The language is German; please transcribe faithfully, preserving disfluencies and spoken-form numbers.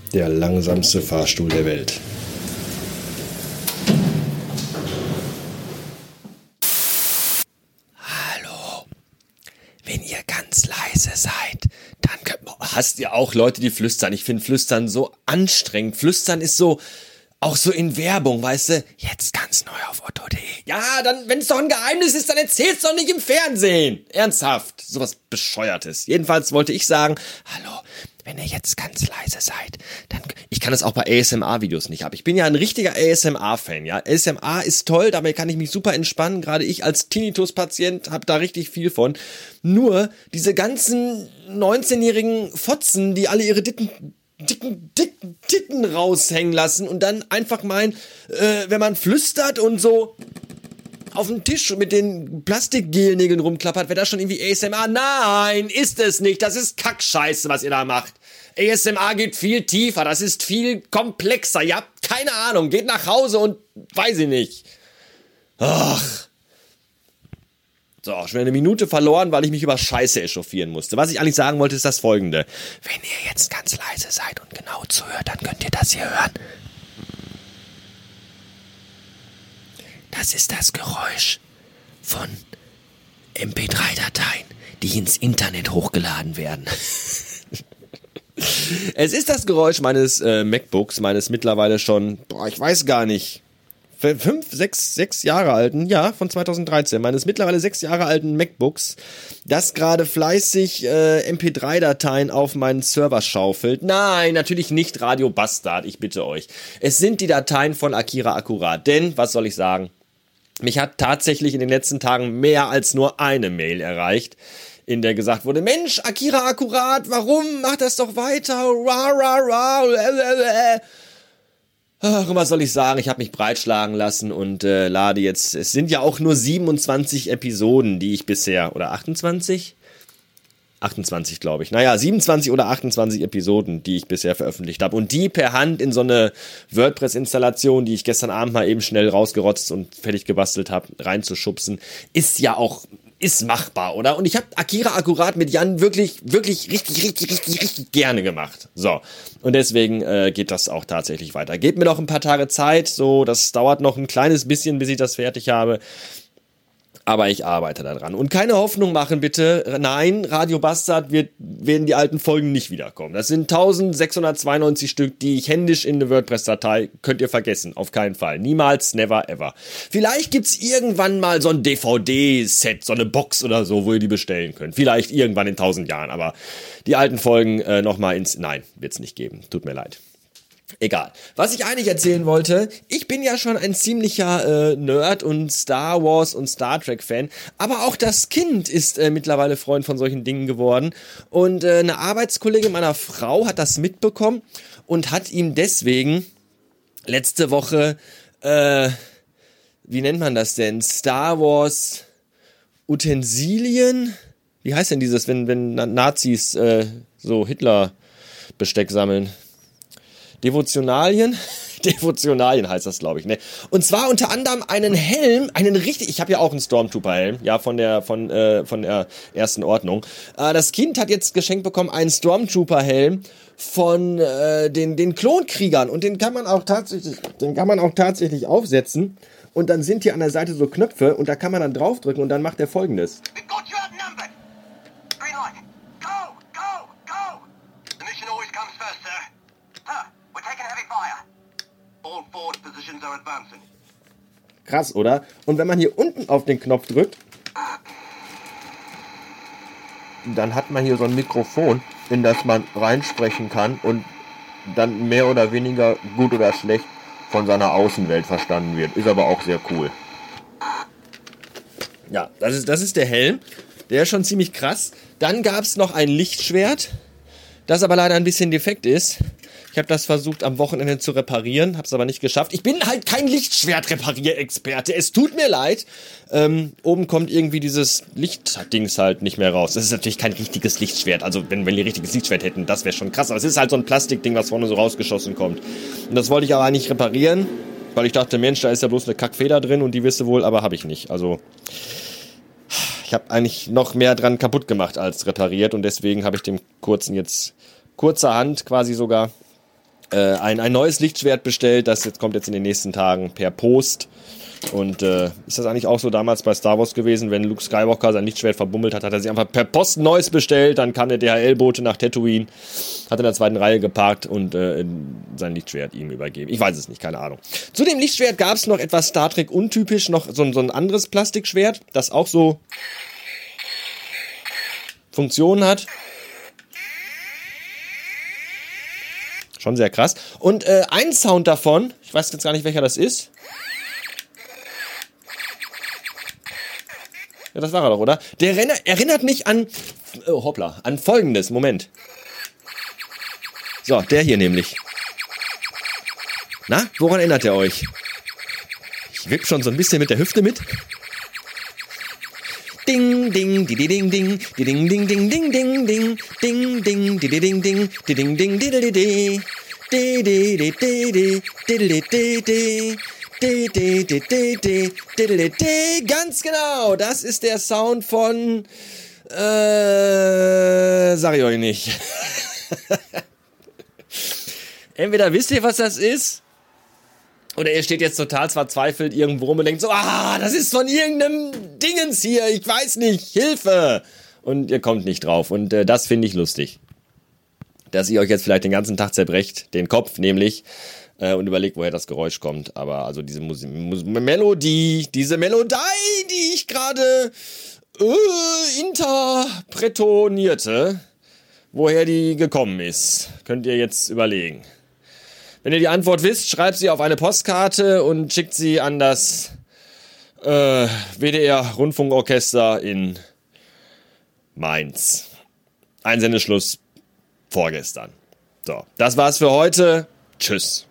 Der langsamste Fahrstuhl der Welt. Hallo. Wenn ihr ganz leise seid, dann könnt ihr... Hast ihr auch Leute, die flüstern? Ich finde Flüstern so anstrengend. Flüstern ist so... Auch so in Werbung, weißt du? Jetzt ganz neu auf otto punkt de. Ja, dann, wenn es doch ein Geheimnis ist, dann erzähl's doch nicht im Fernsehen. Ernsthaft. Sowas Bescheuertes. Jedenfalls wollte ich sagen, hallo, wenn ihr jetzt ganz leise seid, dann... Ich kann das auch bei A S M R-Videos nicht ab. Ich bin ja ein richtiger A S M R-Fan, ja. A S M R ist toll, dabei kann ich mich super entspannen. Gerade ich als Tinnitus-Patient habe da richtig viel von. Nur diese ganzen neunzehnjährigen Fotzen, die alle ihre dicken... dicken, dicken Titten raushängen lassen und dann einfach meinen, äh, wenn man flüstert und so auf dem Tisch mit den Plastikgelnägeln rumklappert, wäre das schon irgendwie A S M R. Nein, ist es nicht. Das ist Kackscheiße, was ihr da macht. A S M R geht viel tiefer, das ist viel komplexer. Ihr habt keine Ahnung, geht nach Hause und weiß ich nicht. Ach. So, schon eine Minute verloren, weil ich mich über Scheiße echauffieren musste. Was ich eigentlich sagen wollte, ist das Folgende. Wenn ihr jetzt ganz leise seid und genau zuhört, dann könnt ihr das hier hören. Das ist das Geräusch von M P drei Dateien, die ins Internet hochgeladen werden. Es ist das Geräusch meines äh, MacBooks, meines mittlerweile schon, boah, ich weiß gar nicht, fünf, sechs, sechs Jahre alten, ja, von zweitausenddreizehn, meines mittlerweile sechs Jahre alten MacBooks, das gerade fleißig äh, M P drei Dateien auf meinen Server schaufelt. Nein, natürlich nicht Radio Bastard, ich bitte euch. Es sind die Dateien von Akira Akkurat, denn, was soll ich sagen, mich hat tatsächlich in den letzten Tagen mehr als nur eine Mail erreicht, in der gesagt wurde, Mensch, Akira Akkurat, warum? Mach das doch weiter. Ra, ra, ra. Ach, und was soll ich sagen? Ich habe mich breitschlagen lassen und äh, lade jetzt, es sind ja auch nur siebenundzwanzig Episoden, die ich bisher, oder achtundzwanzig? achtundzwanzig, glaube ich. Naja, siebenundzwanzig oder achtundzwanzig Episoden, die ich bisher veröffentlicht habe. Und die per Hand in so eine WordPress-Installation, die ich gestern Abend mal eben schnell rausgerotzt und fertig gebastelt habe, reinzuschubsen, ist ja auch... ist machbar, oder? Und ich habe Akira Akkurat mit Jan wirklich, wirklich richtig, richtig, richtig, richtig gerne gemacht. So, und deswegen äh, geht das auch tatsächlich weiter. Gebt mir noch ein paar Tage Zeit, so, das dauert noch ein kleines bisschen, bis ich das fertig habe. Aber ich arbeite daran. Und keine Hoffnung machen, bitte. Nein, Radio Bastard wird, werden die alten Folgen nicht wiederkommen. Das sind eintausendsechshundertzweiundneunzig Stück, die ich händisch in eine WordPress-Datei, könnt ihr vergessen. Auf keinen Fall. Niemals, never, ever. Vielleicht gibt's irgendwann mal so ein D V D-Set, so eine Box oder so, wo ihr die bestellen könnt. Vielleicht irgendwann in tausend Jahren. Aber die alten Folgen äh, nochmal ins... Nein, wird's nicht geben. Tut mir leid. Egal. Was ich eigentlich erzählen wollte, ich bin ja schon ein ziemlicher äh, Nerd und Star Wars und Star Trek Fan, aber auch das Kind ist äh, mittlerweile Freund von solchen Dingen geworden und äh, eine Arbeitskollegin meiner Frau hat das mitbekommen und hat ihm deswegen letzte Woche, äh, wie nennt man das denn, Star Wars Utensilien? Wie heißt denn dieses, wenn, wenn Nazis äh, so Hitler-Besteck sammeln? Devotionalien? Devotionalien heißt das, glaube ich, ne? Und zwar unter anderem einen Helm, einen richtig, ich habe ja auch einen Stormtrooper-Helm, ja, von der, von, äh, von der ersten Ordnung. Äh, das Kind hat jetzt geschenkt bekommen einen Stormtrooper-Helm von äh, den, den Klonkriegern und den kann man auch tatsächlich, den kann man auch tatsächlich aufsetzen und dann sind hier an der Seite so Knöpfe und da kann man dann draufdrücken und dann macht er Folgendes. Krass, oder? Und wenn man hier unten auf den Knopf drückt, dann hat man hier so ein Mikrofon, in das man reinsprechen kann und dann mehr oder weniger gut oder schlecht von seiner Außenwelt verstanden wird. Ist aber auch sehr cool. Ja, das ist, das ist der Helm. Der ist schon ziemlich krass. Dann gab es noch ein Lichtschwert, das aber leider ein bisschen defekt ist. Ich habe das versucht am Wochenende zu reparieren, habe es aber nicht geschafft. Ich bin halt kein Lichtschwert-Reparierexperte. Es tut mir leid. Ähm, oben kommt irgendwie dieses Lichtdings halt nicht mehr raus. Das ist natürlich kein richtiges Lichtschwert. Also wenn, wenn wir ein richtiges Lichtschwert hätten, das wäre schon krass. Aber es ist halt so ein Plastikding, was vorne so rausgeschossen kommt. Und das wollte ich aber eigentlich reparieren, weil ich dachte, Mensch, da ist ja bloß eine Kackfeder drin und die wirst du wohl, aber habe ich nicht. Also ich habe eigentlich noch mehr dran kaputt gemacht als repariert und deswegen habe ich dem kurzen jetzt kurzerhand quasi sogar äh, ein, ein neues Lichtschwert bestellt. Das jetzt kommt jetzt in den nächsten Tagen per Post. Und äh, ist das eigentlich auch so damals bei Star Wars gewesen, wenn Luke Skywalker sein Lichtschwert verbummelt hat, hat er sich einfach per Post ein neues bestellt, dann kam der D H L-Bote nach Tatooine, hat in der zweiten Reihe geparkt und äh, sein Lichtschwert ihm übergeben. Ich weiß es nicht, keine Ahnung. Zu dem Lichtschwert gab es noch etwas Star Trek untypisch, noch so, so ein anderes Plastikschwert, das auch so Funktionen hat. Schon sehr krass. Und äh, ein Sound davon, ich weiß jetzt gar nicht, welcher das ist. Ja, das war er doch, oder? Der Renner erinnert mich an, oh, hoppla, an Folgendes. Moment. So, der hier nämlich. Na, woran erinnert er euch? Ich wipp schon so ein bisschen mit der Hüfte mit. Ding, ding, di, di, ding, ding, di, ding, ding, ding, ding, ding, ding, ding, ding, di, di, ding, ding, di, ding, ding, di, di, di, di, di, di, di, di, di, di, di. De, de, de, de, de, de, de, de, ganz genau, das ist der Sound von, äh, sag ich euch nicht. Entweder wisst ihr, was das ist, oder ihr steht jetzt total verzweifelt irgendwo rum und denkt so, ah, das ist von irgendeinem Dingens hier, ich weiß nicht, Hilfe. Und ihr kommt nicht drauf und äh, das finde ich lustig. Dass ihr euch jetzt vielleicht den ganzen Tag zerbrecht, den Kopf nämlich, und überlegt, woher das Geräusch kommt. Aber also diese Musik, Mus- Melodie, diese Melodie, die ich gerade äh, interpretonierte, woher die gekommen ist, könnt ihr jetzt überlegen. Wenn ihr die Antwort wisst, schreibt sie auf eine Postkarte und schickt sie an das äh, W D R-Rundfunkorchester in Mainz. Einsendeschluss vorgestern. So, das war's für heute. Tschüss.